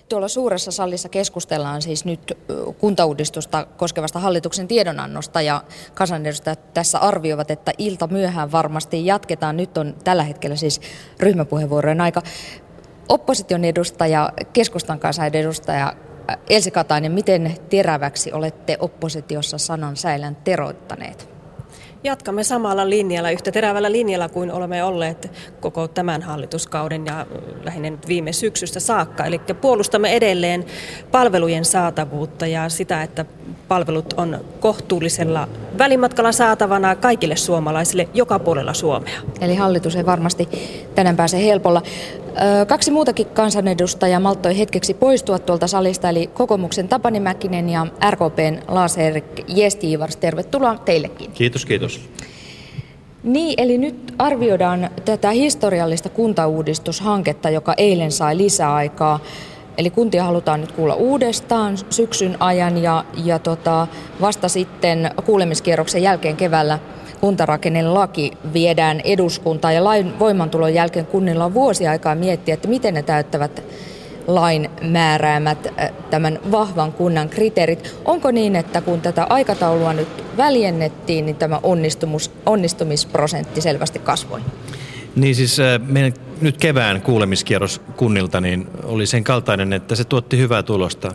Tuolla suuressa salissa keskustellaan siis nyt kuntauudistusta koskevasta hallituksen tiedonannosta ja kansanedustajat tässä arvioivat, että ilta myöhään varmasti jatketaan. Nyt on tällä hetkellä siis ryhmäpuheenvuorojen aika. Opposition edustaja, keskustan kansanedustaja Elsi Katainen, miten teräväksi olette oppositiossa sanan säilän teroittaneet? Jatkamme samalla linjalla, yhtä terävällä linjalla kuin olemme olleet koko tämän hallituskauden ja lähinnä nyt viime syksystä saakka. Eli puolustamme edelleen palvelujen saatavuutta ja sitä, että palvelut on kohtuullisella välimatkalla saatavana kaikille suomalaisille joka puolella Suomea. Eli hallitus ei varmasti tänään pääse helpolla. Kaksi muutakin kansanedustajaa malttoi hetkeksi poistua tuolta salista, eli kokoomuksen Tapani Mäkinen ja RKP:n Lars-Erik Gästgivars. Tervetuloa teillekin. Kiitos, kiitos. Niin, eli nyt arvioidaan tätä historiallista kuntauudistushanketta, joka eilen sai lisäaikaa. Eli kuntia halutaan nyt kuulla uudestaan syksyn ajan ja vasta sitten kuulemiskierroksen jälkeen keväällä kuntarakennelaki viedään eduskuntaan ja lain voimantulon jälkeen kunnilla on vuosi aikaa miettiä, että miten ne täyttävät lain määräämät tämän vahvan kunnan kriteerit. Onko niin, että kun tätä aikataulua nyt väljennettiin, niin tämä onnistumisprosentti selvästi kasvoi? Niin siis meidän nyt kevään kuulemiskierros kunnilta niin oli sen kaltainen, että se tuotti hyvää tulosta.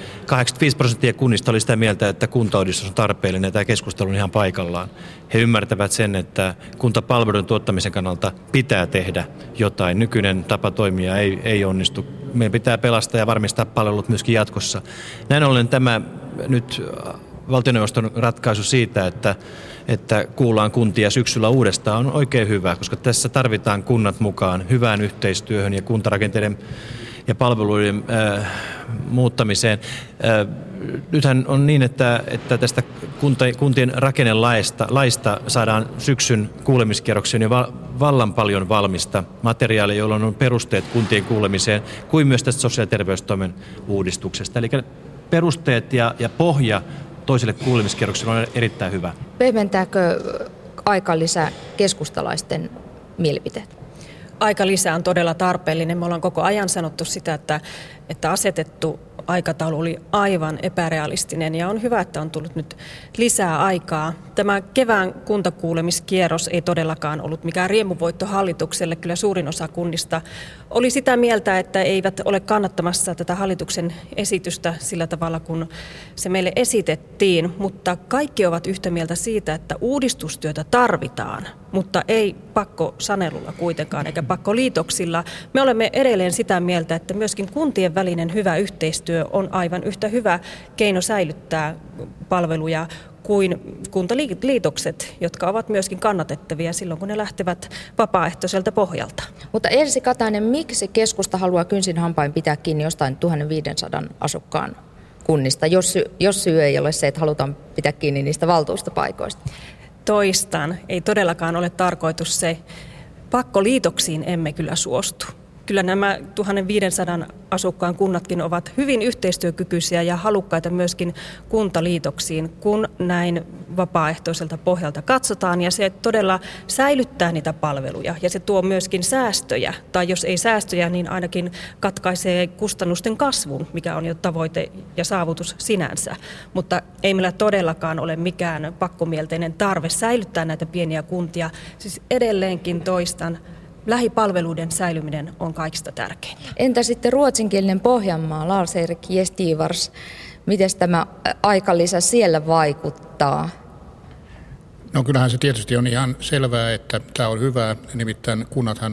85% kunnista oli sitä mieltä, että kuntauudistus on tarpeellinen ja tämä keskustelu on ihan paikallaan. He ymmärtävät sen, että kuntapalveluiden tuottamisen kannalta pitää tehdä jotain. Nykyinen tapa toimia ei onnistu. Meidän pitää pelastaa ja varmistaa palvelut myöskin jatkossa. Näin ollen tämä nyt valtioneuvoston ratkaisu siitä, että kuullaan kuntia syksyllä uudestaan on oikein hyvä, koska tässä tarvitaan kunnat mukaan hyvään yhteistyöhön ja kuntarakenteiden ja palveluiden muuttamiseen. Nythän on niin, että tästä kuntien rakennelaista saadaan syksyn kuulemiskierrokseen jo vallan paljon valmista materiaalia, jolloin on perusteet kuntien kuulemiseen, kuin myös tästä sosiaali- ja terveystoimen uudistuksesta. Eli perusteet ja pohja toiselle kuulemiskierrokselle on erittäin hyvä. Pehmentääkö aikalisä keskustalaisten mielipiteet? Aikalisä on todella tarpeellinen. Me ollaan koko ajan sanottu sitä, että asetettu aikataulu oli aivan epärealistinen ja on hyvä, että on tullut nyt lisää aikaa. Tämä kevään kuntakuulemiskierros ei todellakaan ollut mikään riemuvoitto hallitukselle. Kyllä suurin osa kunnista oli sitä mieltä, että eivät ole kannattamassa tätä hallituksen esitystä sillä tavalla, kun se meille esitettiin. Mutta kaikki ovat yhtä mieltä siitä, että uudistustyötä tarvitaan, mutta ei pakkosanelulla kuitenkaan eikä pakkoliitoksilla. Me olemme edelleen sitä mieltä, että myöskin kuntien välinen hyvä yhteistyö on aivan yhtä hyvä keino säilyttää palveluja kuin kuntaliitokset, jotka ovat myöskin kannatettavia silloin, kun ne lähtevät vapaaehtoiselta pohjalta. Mutta Elsi Katainen, miksi keskusta haluaa kynsin hampain pitää kiinni jostain 1500 asukkaan kunnista, jos syy ei ole se, että halutaan pitää kiinni niistä valtuustopaikoista? Toistan, ei todellakaan ole tarkoitus se. Pakkoliitoksiin emme kyllä suostu. Kyllä nämä 1500 asukkaan kunnatkin ovat hyvin yhteistyökykyisiä ja halukkaita myöskin kuntaliitoksiin, kun näin vapaaehtoiselta pohjalta katsotaan. Ja se todella säilyttää niitä palveluja ja se tuo myöskin säästöjä. Tai jos ei säästöjä, niin ainakin katkaisee kustannusten kasvun, mikä on jo tavoite ja saavutus sinänsä. Mutta ei meillä todellakaan ole mikään pakkomielteinen tarve säilyttää näitä pieniä kuntia. Siis edelleenkin toistan. Lähipalveluiden säilyminen on kaikista tärkeintä. Entä sitten ruotsinkielinen Pohjanmaa, Lars-Erik Gästgivars, miten tämä aikalisä siellä vaikuttaa? No kyllähän se tietysti on ihan selvää, että tämä on hyvä, nimittäin kunnathan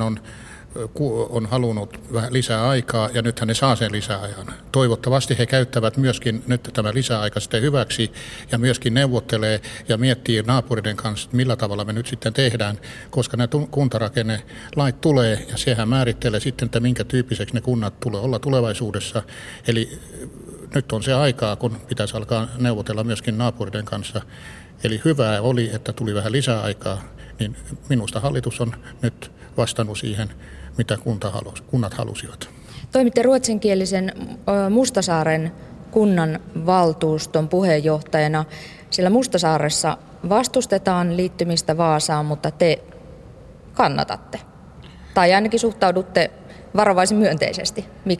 on halunnut vähän lisää aikaa ja nythän ne saa sen lisäajan. Toivottavasti he käyttävät myöskin nyt tämä lisäaika sitten hyväksi ja myöskin neuvottelee ja miettii naapuriden kanssa, millä tavalla me nyt sitten tehdään, koska nämä kuntarakennelait tulee ja sehän määrittelee sitten, että minkä tyyppiseksi ne kunnat tulee olla tulevaisuudessa. Eli nyt on se aikaa, kun pitäisi alkaa neuvotella myöskin naapuriden kanssa. Eli hyvää oli, että tuli vähän lisää aikaa, niin minusta hallitus on nyt vastannut siihen, mitä kunnat halusivat. Toimitte ruotsinkielisen Mustasaaren kunnan valtuuston puheenjohtajana. Sillä Mustasaaressa vastustetaan liittymistä Vaasaan, mutta te kannatatte. Tai ainakin suhtaudutte varovaisin myönteisesti. Miksi?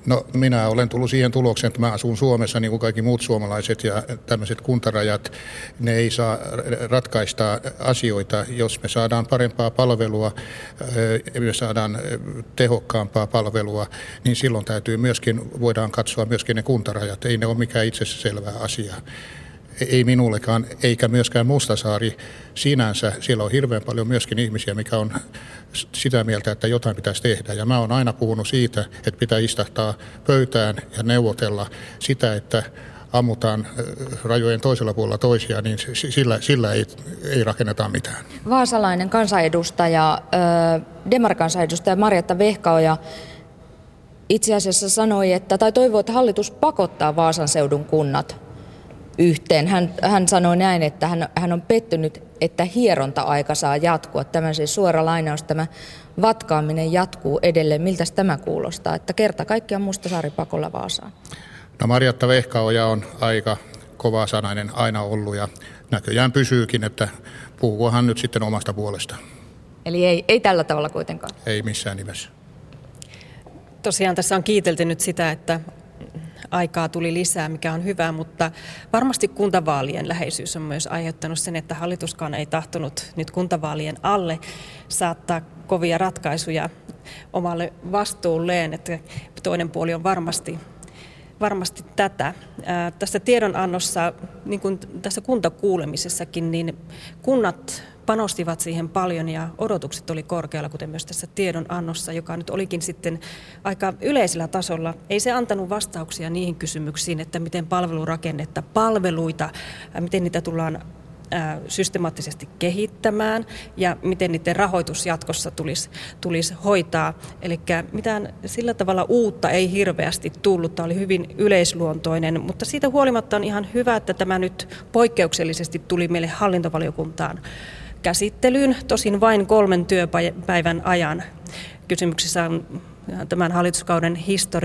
No minä olen tullut siihen tulokseen, että mä asun Suomessa niin kuin kaikki muut suomalaiset ja tämmöiset kuntarajat, ne ei saa ratkaista asioita, jos me saadaan parempaa palvelua, me saadaan tehokkaampaa palvelua, niin silloin voidaan katsoa myöskin ne kuntarajat, ei ne ole mikään itsestäänselvää asiaa. Ei minullekaan, eikä myöskään Mustasaari sinänsä. Siellä on hirveän paljon myöskin ihmisiä, mikä on sitä mieltä, että jotain pitäisi tehdä. Ja mä oon aina puhunut siitä, että pitää istahtaa pöytään ja neuvotella sitä, että ammutaan rajojen toisella puolella toisia, niin sillä ei rakenneta mitään. Vaasalainen kansanedustaja, demarikansanedustaja Marjatta Vehkaoja itse asiassa sanoi, toivoo, että hallitus pakottaa Vaasan seudun kunnat yhteen. Hän sanoi näin, että hän on pettynyt, että hieronta-aika saa jatkua. Tämä siis suora lainaus, tämä vatkaaminen jatkuu edelleen. Miltä tämä kuulostaa, että kerta kaikkiaan Mustasaari pakolla Vaasaan? No Marjatta Vehkaoja on aika kovasanainen aina ollut ja näköjään pysyykin, että puhuukohan nyt sitten omasta puolesta. Eli ei tällä tavalla kuitenkaan? Ei missään nimessä. Tosiaan tässä on kiitelty nyt sitä, että aikaa tuli lisää, mikä on hyvä, mutta varmasti kuntavaalien läheisyys on myös aiheuttanut sen, että hallituskaan ei tahtonut nyt kuntavaalien alle saattaa kovia ratkaisuja omalle vastuulleen, että toinen puoli on varmasti tätä. Tässä tiedonannossa, niin kuin tässä kuntakuulemisessakin, niin kunnat panostivat siihen paljon ja odotukset oli korkealla, kuten myös tässä tiedonannossa, joka nyt olikin sitten aika yleisellä tasolla. Ei se antanut vastauksia niihin kysymyksiin, että miten palvelurakennetta, palveluita, miten niitä tullaan systemaattisesti kehittämään ja miten niiden rahoitus jatkossa tulisi hoitaa. Eli mitään sillä tavalla uutta ei hirveästi tullut. Tämä oli hyvin yleisluontoinen, mutta siitä huolimatta on ihan hyvä, että tämä nyt poikkeuksellisesti tuli meille hallintovaliokuntaan käsittelyyn, tosin vain 3 työpäivän ajan. Kysymyksessä on tämän hallituskauden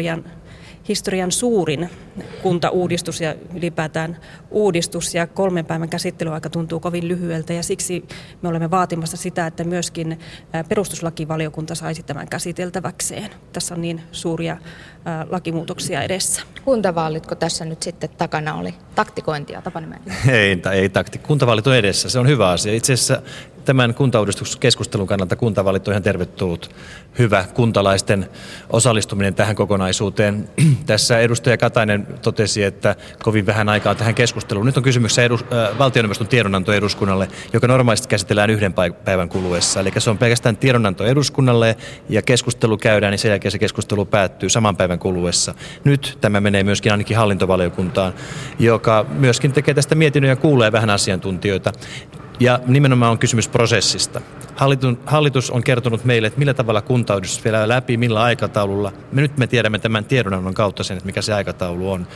historian suurin kuntauudistus ja ylipäätään uudistus, ja 3 päivän käsittelyaika tuntuu kovin lyhyeltä, ja siksi me olemme vaatimassa sitä, että myöskin perustuslakivaliokunta saisi tämän käsiteltäväkseen. Tässä on niin suuria lakimuutoksia edessä. Kuntavaalitko tässä nyt sitten takana oli taktikointia, Tapani Mäkinen? Ei kuntavaalit on edessä, se on hyvä asia. Itse asiassa tämän kuntauudistuskeskustelun kannalta kuntavaalit on ihan tervetullut. Hyvä kuntalaisten osallistuminen tähän kokonaisuuteen. Tässä edustaja Katainen totesi, että kovin vähän aikaa tähän keskusteluun. Nyt on kysymyksessä valtioneuvoston tiedonanto eduskunnalle, joka normaalisti käsitellään 1 päivän kuluessa. Eli se on pelkästään tiedonanto eduskunnalle ja keskustelu käydään, niin sen jälkeen se keskustelu päättyy saman päivän kuluessa. Nyt tämä menee myöskin ainakin hallintovaliokuntaan, joka myöskin tekee tästä mietinnön ja kuulee vähän asiantuntijoita. Ja nimenomaan on kysymys prosessista. Hallitus on kertonut meille, että millä tavalla kuntauudistus vielä läpi, millä aikataululla. Nyt me tiedämme tämän tiedonannon kautta sen, että mikä se aikataulu on.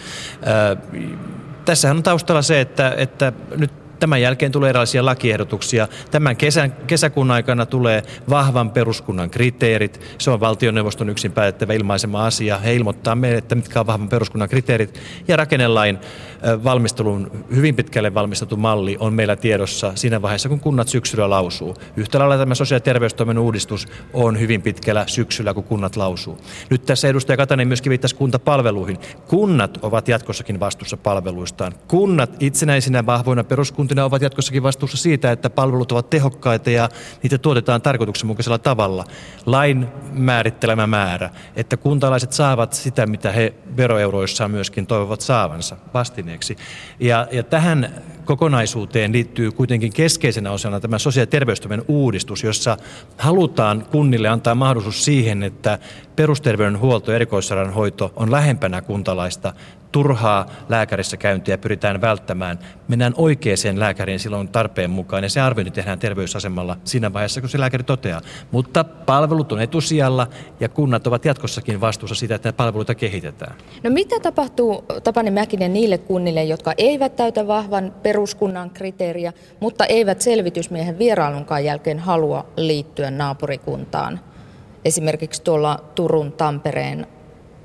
Tässähän on taustalla se, että nyt tämän jälkeen tulee erilaisia lakiehdotuksia. Tämän kesäkuun aikana tulee vahvan peruskunnan kriteerit. Se on valtioneuvoston yksin päätettävä ilmaisema asia. He ilmoittaa meille, että mitkä on vahvan peruskunnan kriteerit. Ja rakennelain valmistelun hyvin pitkälle valmisteltu malli on meillä tiedossa siinä vaiheessa, kun kunnat syksyllä lausuu. Yhtä lailla tämä sosiaali- ja terveystoimen uudistus on hyvin pitkällä syksyllä, kun kunnat lausuu. Nyt tässä edustaja Katainen myöskin viittasi kuntapalveluihin. Kunnat ovat jatkossakin vastuussa palveluistaan. Kunnat itsenäisinä vahvoina peruskuntina ovat jatkossakin vastuussa siitä, että palvelut ovat tehokkaita ja niitä tuotetaan tarkoituksenmukaisella tavalla. Lain määrittelemä määrä, että kuntalaiset saavat sitä, mitä he veroeuroissaan myöskin toivovat saavansa vastineeksi. Ja tähän kokonaisuuteen liittyy kuitenkin keskeisenä osana tämä sosiaali- ja terveystoimen uudistus, jossa halutaan kunnille antaa mahdollisuus siihen, että perusterveydenhuolto ja erikoissairaanhoito on lähempänä kuntalaista. Turhaa lääkärissä käyntiä pyritään välttämään. Mennään oikeaan lääkäriin silloin tarpeen mukaan ja se arviointi tehdään terveysasemalla siinä vaiheessa, kun se lääkäri toteaa. Mutta palvelut on etusijalla ja kunnat ovat jatkossakin vastuussa siitä, että palveluita kehitetään. No mitä tapahtuu, Tapani Mäkinen, niille kunnille, jotka eivät täytä vahvan peruskunnan kriteeriä, mutta eivät selvitysmiehen vierailunkaan jälkeen halua liittyä naapurikuntaan? Esimerkiksi tuolla Turun, Tampereen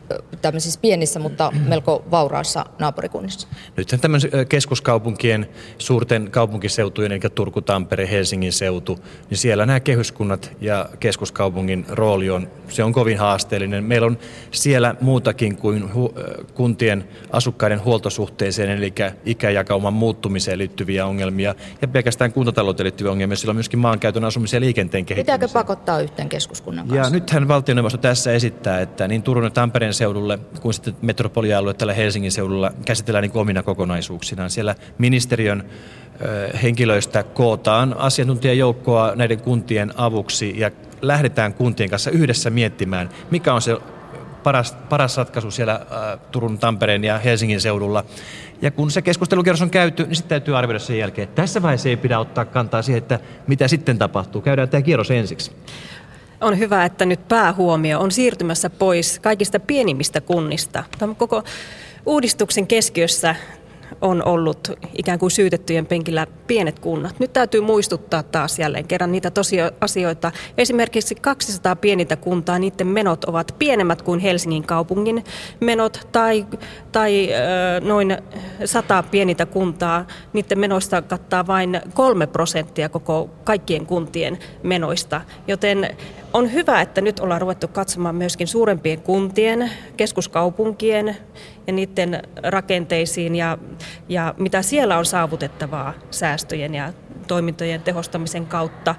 tämmöisissä pienissä, mutta melko vauraissa naapurikunnissa? Nythän tämmöisen keskuskaupunkien, suurten kaupunkiseutujen, eli Turku, Tampere, Helsingin seutu, niin siellä nämä kehyskunnat ja keskuskaupungin rooli on kovin haasteellinen. Meillä on siellä muutakin kuin kuntien asukkaiden huoltosuhteeseen, eli ikäjakauman muuttumiseen liittyviä ongelmia, ja pelkästään kuntatalouteen liittyviä ongelmia. Sillä on myöskin maankäytön, asumisen ja liikenteen kehittämiseen. Pitääkö pakottaa yhteen keskuskunnan kanssa? Ja nythän valtioneuvosto tässä esittää, että niin Turun ja Tampereen seudulle kuin sitten metropolialue tällä Helsingin seudulla käsitellään niin omina kokonaisuuksinaan. Siellä ministeriön henkilöistä kootaan asiantuntijajoukkoa näiden kuntien avuksi ja lähdetään kuntien kanssa yhdessä miettimään, mikä on se paras ratkaisu siellä Turun, Tampereen ja Helsingin seudulla. Ja kun se keskustelukierros on käyty, niin sitten täytyy arvioida sen jälkeen. Tässä vaiheessa ei pidä ottaa kantaa siihen, että mitä sitten tapahtuu. Käydään tämä kierros ensiksi. On hyvä, että nyt päähuomio on siirtymässä pois kaikista pienimmistä kunnista. Tämän koko uudistuksen keskiössä on ollut ikään kuin syytettyjen penkillä pienet kunnat. Nyt täytyy muistuttaa taas jälleen kerran niitä tosiasioita. Esimerkiksi 200 pienintä kuntaa, niiden menot ovat pienemmät kuin Helsingin kaupungin menot, tai noin 100 pienintä kuntaa, niiden menoista kattaa vain 3% koko kaikkien kuntien menoista. Joten on hyvä, että nyt ollaan ruvettu katsomaan myöskin suurempien kuntien, keskuskaupunkien ja niiden rakenteisiin ja mitä siellä on saavutettavaa säästöjen ja toimintojen tehostamisen kautta.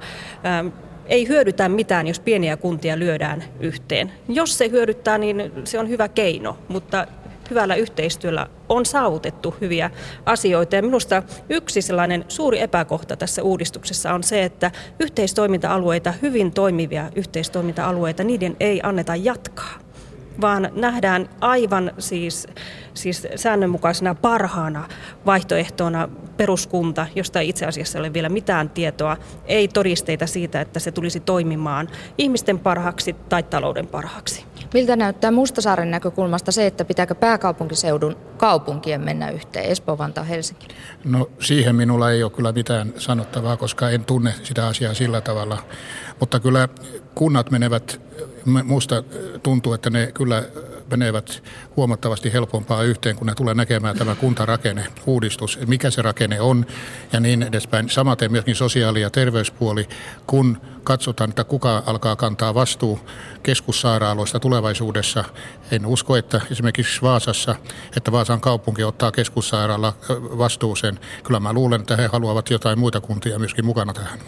Ei hyödytä mitään, jos pieniä kuntia lyödään yhteen. Jos se hyödyttää, niin se on hyvä keino, mutta hyvällä yhteistyöllä on saavutettu hyviä asioita. Ja minusta yksi sellainen suuri epäkohta tässä uudistuksessa on se, että yhteistoiminta-alueita, hyvin toimivia yhteistoiminta-alueita, niiden ei anneta jatkaa, vaan nähdään aivan siis säännönmukaisena parhaana vaihtoehtona peruskunta, josta ei itse asiassa ole vielä mitään tietoa, ei todisteita siitä, että se tulisi toimimaan ihmisten parhaaksi tai talouden parhaaksi. Miltä näyttää Mustasaaren näkökulmasta se, että pitääkö pääkaupunkiseudun kaupunkien mennä yhteen, Espoo, Vantaa, Helsinki? No siihen minulla ei ole kyllä mitään sanottavaa, koska en tunne sitä asiaa sillä tavalla. Mutta kyllä kunnat menevät, musta tuntuu, että ne kyllä menevät huomattavasti helpompaa yhteen, kun ne tulee näkemään tämä kuntarakenneuudistus, mikä se rakenne on ja niin edespäin. Samaten myöskin sosiaali- ja terveyspuoli, kun katsotaan, että kuka alkaa kantaa vastuu keskussairaaloista tulevaisuudessa. En usko, että esimerkiksi Vaasassa, että Vaasan kaupunki ottaa keskussairaala vastuuseen. Kyllä mä luulen, että he haluavat jotain muita kuntia myöskin mukana tähän.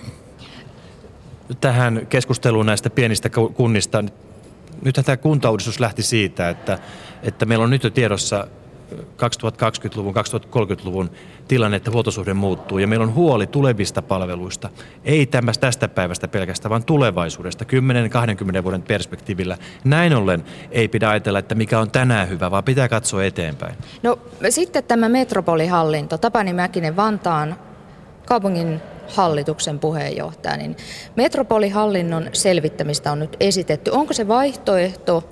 Tähän keskusteluun näistä pienistä kunnista. Nythän tämä kuntauudistus lähti siitä, että meillä on nyt jo tiedossa 2020-luvun, 2030-luvun tilanne, että huoltosuhde muuttuu ja meillä on huoli tulevista palveluista. Ei tästä päivästä pelkästään, vaan tulevaisuudesta, 10-20 vuoden perspektiivillä. Näin ollen ei pidä ajatella, että mikä on tänään hyvä, vaan pitää katsoa eteenpäin. No sitten tämä metropolihallinto, Tapani Mäkinen, Vantaan kaupungin hallituksen puheenjohtaja, niin metropolihallinnon selvittämistä on nyt esitetty. Onko se vaihtoehto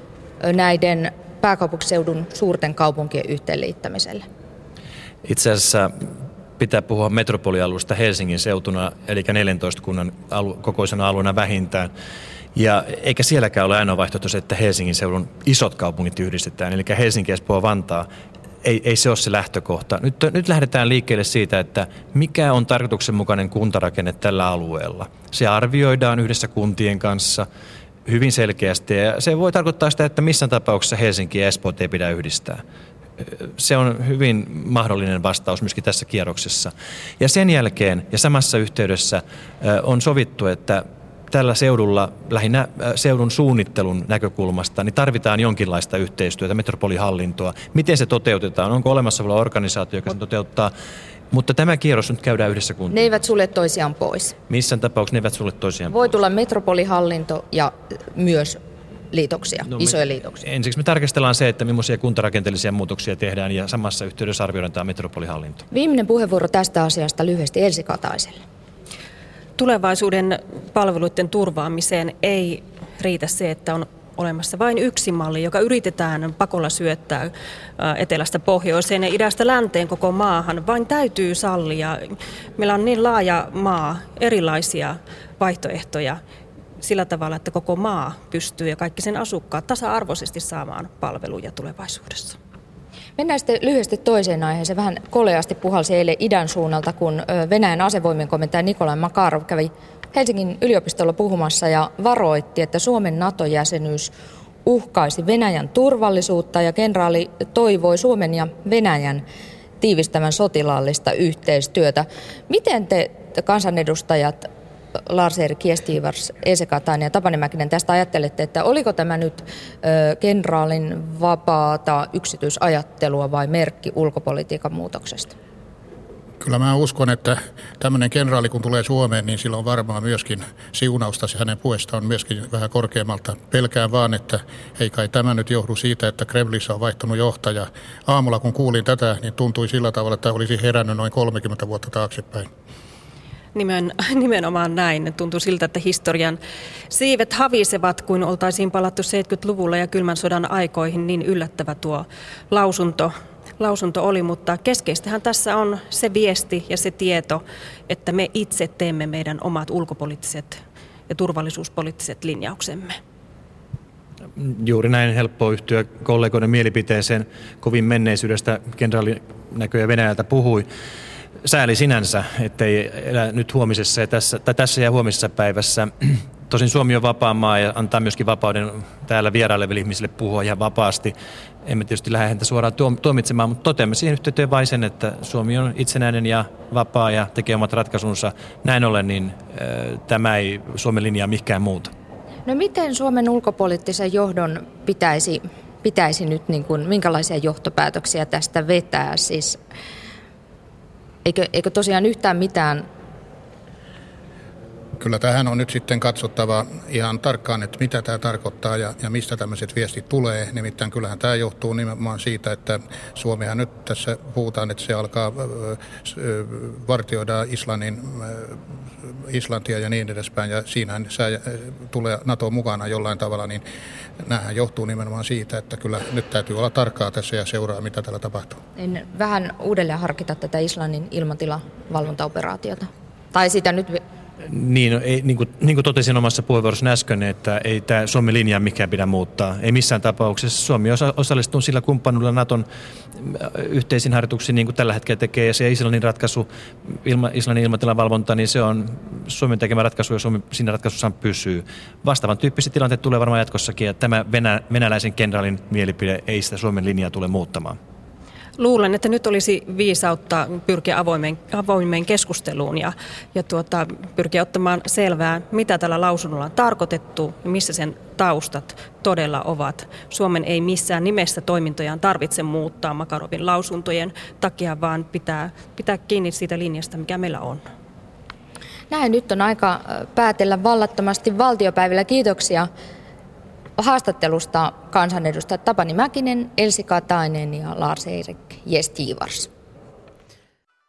näiden pääkaupunkiseudun suurten kaupunkien yhteenliittämiselle? Itse asiassa pitää puhua metropolialueesta Helsingin seutuna, eli 14 kunnan kokoisena alueena vähintään. Ja eikä sielläkään ole ainoa vaihtoehto se, että Helsingin seudun isot kaupungit yhdistetään, eli Helsinki, Espoo, Vantaa. Ei se ole se lähtökohta. Nyt lähdetään liikkeelle siitä, että mikä on tarkoituksenmukainen kuntarakenne tällä alueella. Se arvioidaan yhdessä kuntien kanssa hyvin selkeästi ja se voi tarkoittaa sitä, että missään tapauksessa Helsinki ja Espoo ei pidä yhdistää. Se on hyvin mahdollinen vastaus myöskin tässä kierroksessa. Ja sen jälkeen ja samassa yhteydessä on sovittu, että tällä seudulla, lähinnä seudun suunnittelun näkökulmasta, niin tarvitaan jonkinlaista yhteistyötä, metropolihallintoa. Miten se toteutetaan? Onko olemassa vielä organisaatio, joka sen toteuttaa? Mutta tämä kierros nyt käydään yhdessä kuntiin. Ne eivät sulje toisiaan pois. Missään tapauksessa ne eivät sulje toisiaan pois. Voi tulla metropolihallinto ja myös liitoksia, isoja liitoksia. Ensiksi me tarkastellaan se, että millaisia kuntarakenteellisia muutoksia tehdään ja samassa yhteydessä arvioidaan tämä metropolihallinto. Viimeinen puheenvuoro tästä asiasta lyhyesti Elsi Kataiselle. Tulevaisuuden palveluiden turvaamiseen ei riitä se, että on olemassa vain yksi malli, joka yritetään pakolla syöttää etelästä pohjoiseen ja idästä länteen koko maahan, vain täytyy sallia. Meillä on niin laaja maa, erilaisia vaihtoehtoja. sillä tavalla, että koko maa pystyy ja kaikki sen asukkaat tasa-arvoisesti saamaan palveluja tulevaisuudessa. Mennään sitten lyhyesti toiseen aiheeseen. Vähän koleasti puhalsi eilen idän suunnalta, kun Venäjän asevoimien komentaja Nikolai Makarov kävi Helsingin yliopistolla puhumassa ja varoitti, että Suomen NATO-jäsenyys uhkaisi Venäjän turvallisuutta, ja kenraali toivoi Suomen ja Venäjän tiivistävän sotilaallista yhteistyötä. Miten te kansanedustajat Lars-Erik Gästgivars, Esa Katainen ja Tapani Mäkinen tästä ajattelette, että oliko tämä nyt kenraalin vapaata yksityisajattelua vai merkki ulkopolitiikan muutoksesta? Kyllä mä uskon, että tämmöinen kenraali kun tulee Suomeen, niin sillä on varmaan myöskin siunausta. Hänen puheesta on myöskin vähän korkeammalta. Pelkään vaan, että ei kai tämä nyt johdu siitä, että Kremlissä on vaihtunut johtaja. Aamulla kun kuulin tätä, niin tuntui sillä tavalla, että olisi herännyt noin 30 vuotta taaksepäin. Nimenomaan näin. Tuntuu siltä, että historian siivet havisevat, kuin oltaisiin palattu 70-luvulla ja kylmän sodan aikoihin. Niin yllättävä tuo lausunto oli, mutta keskeistähän tässä on se viesti ja se tieto, että me itse teemme meidän omat ulkopoliittiset ja turvallisuuspoliittiset linjauksemme. Juuri näin, helppo yhtyä kollegoiden mielipiteeseen. Kovin menneisyydestä kenraali näköjään Venäjältä puhui. Sääli sinänsä, ettei elä nyt huomisessa ja tässä ja huomisessa päivässä. Tosin Suomi on vapaa maa ja antaa myöskin vapauden täällä vieraileville ihmisille puhua ihan vapaasti. Emme tietysti lähde häntä suoraan tuomitsemaan, mutta toteamme siihen yhteyteen vain sen, että Suomi on itsenäinen ja vapaa ja tekee omat ratkaisunsa. Näin ollen, niin tämä ei Suomen linjaa mikään muuta. No miten Suomen ulkopoliittisen johdon pitäisi nyt, minkälaisia johtopäätöksiä tästä vetää? Siis, eikö tosiaan yhtään mitään? Kyllä tähän on nyt sitten katsottava ihan tarkkaan, että mitä tämä tarkoittaa ja mistä tämmöiset viestit tulee. Nimittäin kyllähän tämä johtuu nimenomaan siitä, että Suomihan nyt tässä puhutaan, että se alkaa vartioida Islantia ja niin edespäin. Ja siinähän tulee NATO mukana jollain tavalla, niin näähän johtuu nimenomaan siitä, että kyllä nyt täytyy olla tarkkaa tässä ja seuraa, mitä täällä tapahtuu. En vähän uudelleen harkita tätä Islannin ilmatilavalvontaoperaatiota? Tai sitä nyt... Niin kuin totesin omassa puheenvuorossani äsken, että ei tämä Suomen linjaa mikään pidä muuttaa. Ei missään tapauksessa. Suomi osallistuu sillä kumppanuudella Naton yhteisiin harjoituksiin, niin kuin tällä hetkellä tekee. Ja se Islannin ratkaisu, Islannin ilmatilan valvonta, niin se on Suomen tekemä ratkaisu ja Suomi siinä ratkaisussaan pysyy. Vastaavan tyyppiset tilanteet tulee varmaan jatkossakin. Ja tämä venäläisen kenraalin mielipide ei sitä Suomen linjaa tule muuttamaan. Luulen, että nyt olisi viisautta pyrkiä avoimeen keskusteluun ja pyrkiä ottamaan selvää, mitä tällä lausunnolla on tarkoitettu ja missä sen taustat todella ovat. Suomen ei missään nimessä toimintojaan tarvitse muuttaa Makarovin lausuntojen takia, vaan pitää kiinni siitä linjasta, mikä meillä on. Näin, nyt on aika päätellä vallattomasti valtiopäivillä. Kiitoksia haastattelusta kansanedustajat Tapani Mäkinen, Elsi Katainen ja Lars-Erik Gästgivars.